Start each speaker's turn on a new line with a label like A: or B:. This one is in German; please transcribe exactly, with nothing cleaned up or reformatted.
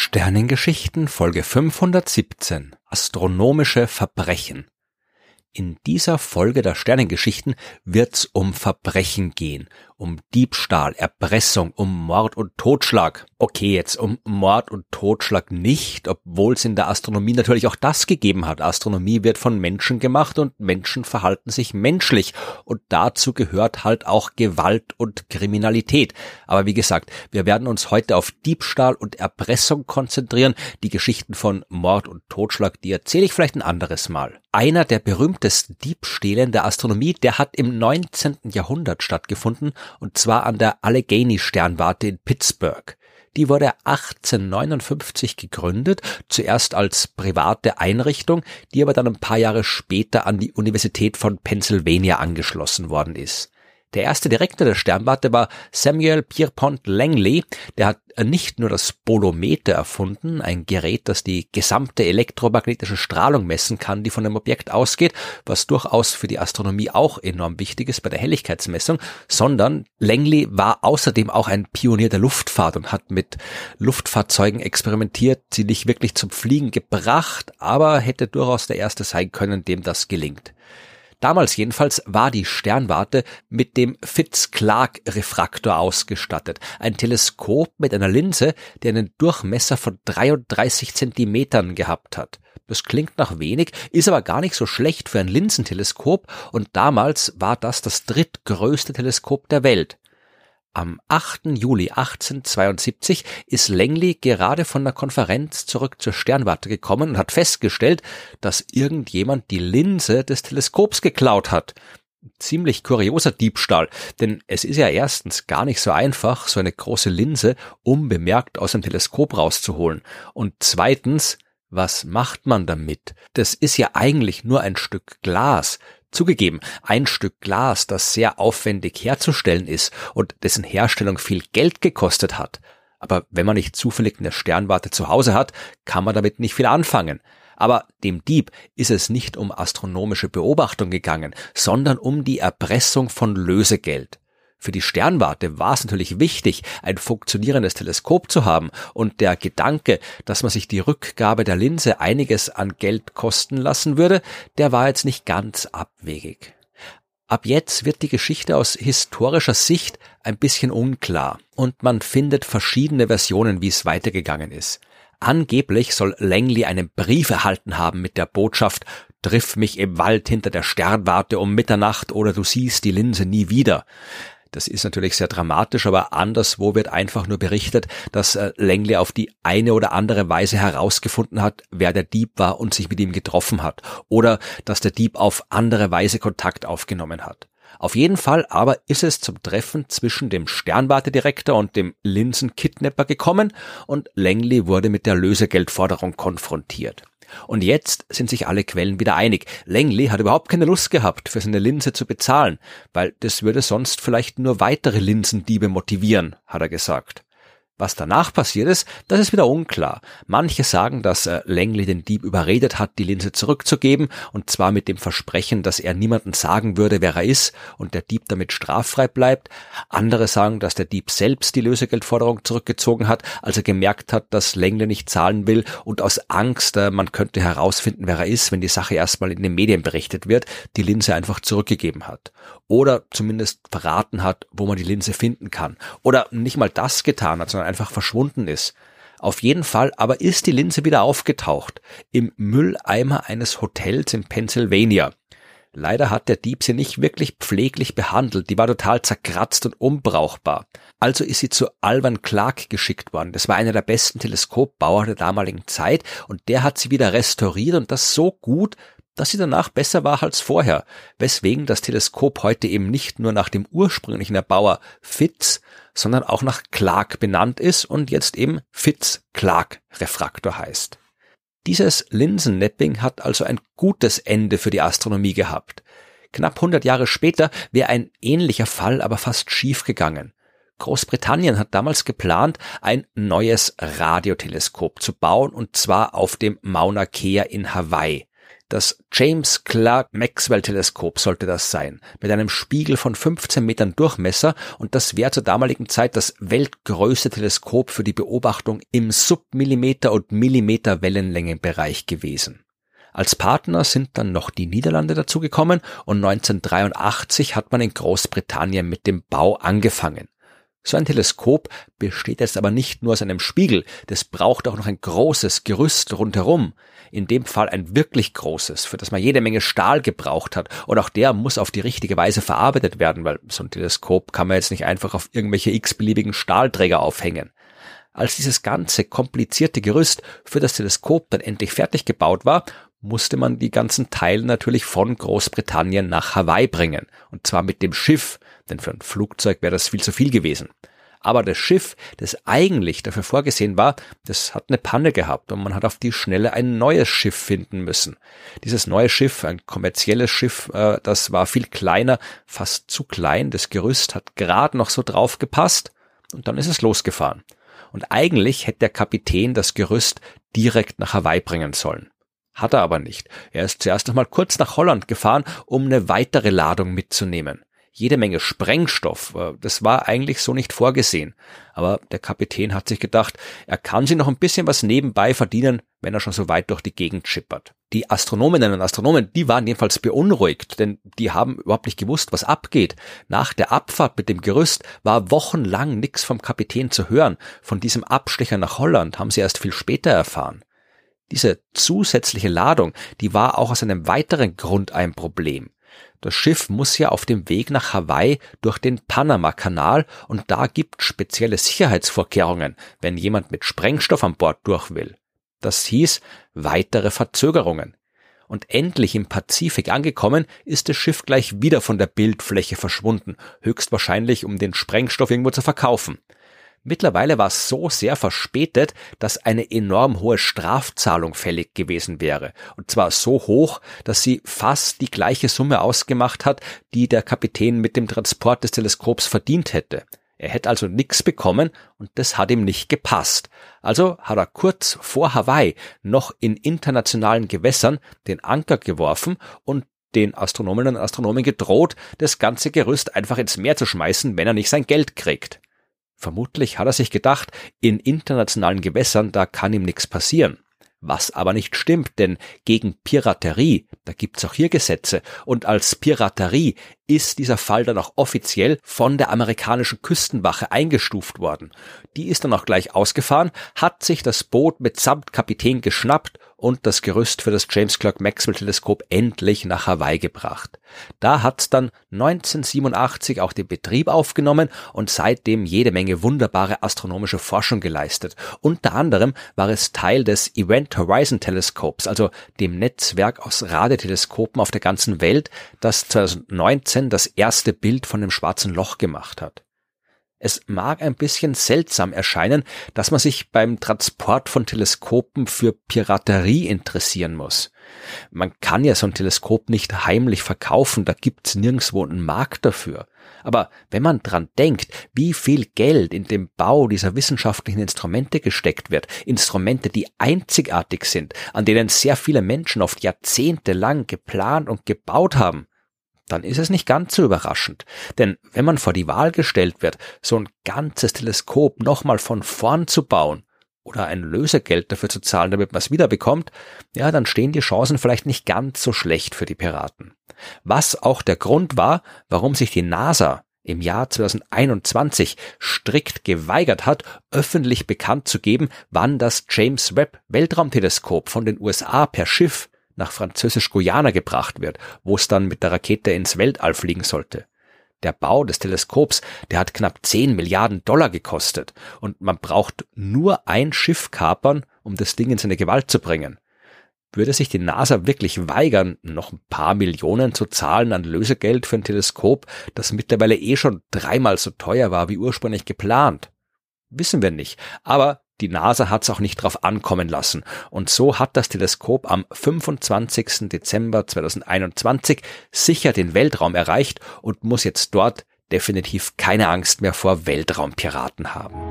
A: Sternengeschichten Folge fünfhundertsiebzehn Astronomische Verbrechen. In dieser Folge der Sternengeschichten wird's um Verbrechen gehen, um Diebstahl, Erpressung, um Mord und Totschlag. Okay, jetzt um Mord und Totschlag nicht, obwohl es in der Astronomie natürlich auch das gegeben hat. Astronomie wird von Menschen gemacht und Menschen verhalten sich menschlich und dazu gehört halt auch Gewalt und Kriminalität. Aber wie gesagt, wir werden uns heute auf Diebstahl und Erpressung konzentrieren. Die Geschichten von Mord und Totschlag, die erzähle ich vielleicht ein anderes Mal. Einer der berühmtesten Diebstähle in der Astronomie, der hat im neunzehnten Jahrhundert stattgefunden, und zwar an der Allegheny-Sternwarte in Pittsburgh. Die wurde achtzehnhundertneunundfünfzig gegründet, zuerst als private Einrichtung, die aber dann ein paar Jahre später an die Universität von Pennsylvania angeschlossen worden ist. Der erste Direktor der Sternwarte war Samuel Pierpont Langley. Der hat nicht nur das Bolometer erfunden, ein Gerät, das die gesamte elektromagnetische Strahlung messen kann, die von dem Objekt ausgeht, was durchaus für die Astronomie auch enorm wichtig ist bei der Helligkeitsmessung, sondern Langley war außerdem auch ein Pionier der Luftfahrt und hat mit Luftfahrzeugen experimentiert, sie nicht wirklich zum Fliegen gebracht, aber hätte durchaus der Erste sein können, dem das gelingt. Damals jedenfalls war die Sternwarte mit dem Fitz-Clark-Refraktor ausgestattet. Ein Teleskop mit einer Linse, die einen Durchmesser von dreiunddreißig Zentimetern gehabt hat. Das klingt nach wenig, ist aber gar nicht so schlecht für ein Linsenteleskop und damals war das das drittgrößte Teleskop der Welt. Am achten Juli achtzehnhundertzweiundsiebzig ist Langley gerade von der Konferenz zurück zur Sternwarte gekommen und hat festgestellt, dass irgendjemand die Linse des Teleskops geklaut hat. Ziemlich kurioser Diebstahl, denn es ist ja erstens gar nicht so einfach, so eine große Linse unbemerkt aus dem Teleskop rauszuholen. Und zweitens, was macht man damit? Das ist ja eigentlich nur ein Stück Glas. Zugegeben, ein Stück Glas, das sehr aufwendig herzustellen ist und dessen Herstellung viel Geld gekostet hat. Aber wenn man nicht zufällig eine Sternwarte zu Hause hat, kann man damit nicht viel anfangen. Aber dem Dieb ist es nicht um astronomische Beobachtung gegangen, sondern um die Erpressung von Lösegeld. Für die Sternwarte war es natürlich wichtig, ein funktionierendes Teleskop zu haben, und der Gedanke, dass man sich die Rückgabe der Linse einiges an Geld kosten lassen würde, der war jetzt nicht ganz abwegig. Ab jetzt wird die Geschichte aus historischer Sicht ein bisschen unklar und man findet verschiedene Versionen, wie es weitergegangen ist. Angeblich soll Langley einen Brief erhalten haben mit der Botschaft: Triff mich im Wald hinter der Sternwarte um Mitternacht oder du siehst die Linse nie wieder. Das ist natürlich sehr dramatisch, aber anderswo wird einfach nur berichtet, dass äh, Langley auf die eine oder andere Weise herausgefunden hat, wer der Dieb war und sich mit ihm getroffen hat. Oder dass der Dieb auf andere Weise Kontakt aufgenommen hat. Auf jeden Fall aber ist es zum Treffen zwischen dem Sternwartedirektor und dem Linsenkidnapper gekommen und Langley wurde mit der Lösegeldforderung konfrontiert. Und jetzt sind sich alle Quellen wieder einig. Langley hat überhaupt keine Lust gehabt, für seine Linse zu bezahlen, weil das würde sonst vielleicht nur weitere Linsendiebe motivieren, hat er gesagt. Was danach passiert ist, das ist wieder unklar. Manche sagen, dass äh, Langley den Dieb überredet hat, die Linse zurückzugeben, und zwar mit dem Versprechen, dass er niemandem sagen würde, wer er ist, und der Dieb damit straffrei bleibt. Andere sagen, dass der Dieb selbst die Lösegeldforderung zurückgezogen hat, als er gemerkt hat, dass Langley nicht zahlen will, und aus Angst, äh, man könnte herausfinden, wer er ist, wenn die Sache erstmal in den Medien berichtet wird, die Linse einfach zurückgegeben hat. Oder zumindest verraten hat, wo man die Linse finden kann. Oder nicht mal das getan hat, sondern einfach verschwunden ist. Auf jeden Fall aber ist die Linse wieder aufgetaucht, im Mülleimer eines Hotels in Pennsylvania. Leider hat der Dieb sie nicht wirklich pfleglich behandelt, die war total zerkratzt und unbrauchbar. Also ist sie zu Alvan Clark geschickt worden. Das war einer der besten Teleskopbauer der damaligen Zeit und der hat sie wieder restauriert und das so gut, dass sie danach besser war als vorher, weswegen das Teleskop heute eben nicht nur nach dem ursprünglichen Erbauer Fitz, sondern auch nach Clark benannt ist und jetzt eben Fitz-Clark-Refraktor heißt. Dieses Linsennapping hat also ein gutes Ende für die Astronomie gehabt. Knapp hundert Jahre später wäre ein ähnlicher Fall aber fast schief gegangen. Großbritannien hat damals geplant, ein neues Radioteleskop zu bauen, und zwar auf dem Mauna Kea in Hawaii. Das James Clerk Maxwell Teleskop sollte das sein, mit einem Spiegel von fünfzehn Metern Durchmesser, und das wäre zur damaligen Zeit das weltgrößte Teleskop für die Beobachtung im Submillimeter- und Millimeter-Wellenlängenbereich gewesen. Als Partner sind dann noch die Niederlande dazugekommen und neunzehnhundertdreiundachtzig hat man in Großbritannien mit dem Bau angefangen. So ein Teleskop besteht jetzt aber nicht nur aus einem Spiegel, das braucht auch noch ein großes Gerüst rundherum. In dem Fall ein wirklich großes, für das man jede Menge Stahl gebraucht hat. Und auch der muss auf die richtige Weise verarbeitet werden, weil so ein Teleskop kann man jetzt nicht einfach auf irgendwelche x-beliebigen Stahlträger aufhängen. Als dieses ganze komplizierte Gerüst für das Teleskop dann endlich fertig gebaut war, musste man die ganzen Teile natürlich von Großbritannien nach Hawaii bringen. Und zwar mit dem Schiff, denn für ein Flugzeug wäre das viel zu viel gewesen. Aber das Schiff, das eigentlich dafür vorgesehen war, das hat eine Panne gehabt und man hat auf die Schnelle ein neues Schiff finden müssen. Dieses neue Schiff, ein kommerzielles Schiff, das war viel kleiner, fast zu klein. Das Gerüst hat gerade noch so drauf gepasst und dann ist es losgefahren. Und eigentlich hätte der Kapitän das Gerüst direkt nach Hawaii bringen sollen. Hat er aber nicht. Er ist zuerst noch mal kurz nach Holland gefahren, um eine weitere Ladung mitzunehmen. Jede Menge Sprengstoff, das war eigentlich so nicht vorgesehen. Aber der Kapitän hat sich gedacht, er kann sich noch ein bisschen was nebenbei verdienen, wenn er schon so weit durch die Gegend schippert. Die Astronominnen und Astronomen, die waren jedenfalls beunruhigt, denn die haben überhaupt nicht gewusst, was abgeht. Nach der Abfahrt mit dem Gerüst war wochenlang nichts vom Kapitän zu hören. Von diesem Abstecher nach Holland haben sie erst viel später erfahren. Diese zusätzliche Ladung, die war auch aus einem weiteren Grund ein Problem. Das Schiff muss ja auf dem Weg nach Hawaii durch den Panama-Kanal und da gibt spezielle Sicherheitsvorkehrungen, wenn jemand mit Sprengstoff an Bord durch will. Das hieß weitere Verzögerungen. Und endlich im Pazifik angekommen, ist das Schiff gleich wieder von der Bildfläche verschwunden, höchstwahrscheinlich um den Sprengstoff irgendwo zu verkaufen. Mittlerweile war es so sehr verspätet, dass eine enorm hohe Strafzahlung fällig gewesen wäre. Und zwar so hoch, dass sie fast die gleiche Summe ausgemacht hat, die der Kapitän mit dem Transport des Teleskops verdient hätte. Er hätte also nichts bekommen und das hat ihm nicht gepasst. Also hat er kurz vor Hawaii noch in internationalen Gewässern den Anker geworfen und den Astronominnen und Astronomen gedroht, das ganze Gerüst einfach ins Meer zu schmeißen, wenn er nicht sein Geld kriegt. Vermutlich hat er sich gedacht, in internationalen Gewässern, da kann ihm nichts passieren. Was aber nicht stimmt, denn gegen Piraterie, da gibt's auch hier Gesetze. Und als Piraterie ist dieser Fall dann auch offiziell von der amerikanischen Küstenwache eingestuft worden. Die ist dann auch gleich ausgefahren, hat sich das Boot mitsamt Kapitän geschnappt und das Gerüst für das James Clerk Maxwell Teleskop endlich nach Hawaii gebracht. Da hat's dann neunzehnhundertsiebenundachtzig auch den Betrieb aufgenommen und seitdem jede Menge wunderbare astronomische Forschung geleistet. Unter anderem war es Teil des Event Horizon Teleskops, also dem Netzwerk aus Radioteleskopen auf der ganzen Welt, das zweitausendneunzehn das erste Bild von dem Schwarzen Loch gemacht hat. Es mag ein bisschen seltsam erscheinen, dass man sich beim Transport von Teleskopen für Piraterie interessieren muss. Man kann ja so ein Teleskop nicht heimlich verkaufen, da gibt's nirgendwo einen Markt dafür. Aber wenn man dran denkt, wie viel Geld in den Bau dieser wissenschaftlichen Instrumente gesteckt wird, Instrumente, die einzigartig sind, an denen sehr viele Menschen oft jahrzehntelang geplant und gebaut haben, dann ist es nicht ganz so überraschend. Denn wenn man vor die Wahl gestellt wird, so ein ganzes Teleskop nochmal von vorn zu bauen oder ein Lösegeld dafür zu zahlen, damit man es wiederbekommt, ja, dann stehen die Chancen vielleicht nicht ganz so schlecht für die Piraten. Was auch der Grund war, warum sich die NASA im Jahr zweitausendeinundzwanzig strikt geweigert hat, öffentlich bekannt zu geben, wann das James Webb Weltraumteleskop von den U S A per Schiff nach Französisch-Guyana gebracht wird, wo es dann mit der Rakete ins Weltall fliegen sollte. Der Bau des Teleskops, der hat knapp zehn Milliarden Dollar gekostet und man braucht nur ein Schiff kapern, um das Ding in seine Gewalt zu bringen. Würde sich die NASA wirklich weigern, noch ein paar Millionen zu zahlen an Lösegeld für ein Teleskop, das mittlerweile eh schon dreimal so teuer war wie ursprünglich geplant? Wissen wir nicht, aber die NASA hat es auch nicht drauf ankommen lassen und so hat das Teleskop am fünfundzwanzigsten Dezember zweitausendeinundzwanzig sicher den Weltraum erreicht und muss jetzt dort definitiv keine Angst mehr vor Weltraumpiraten haben.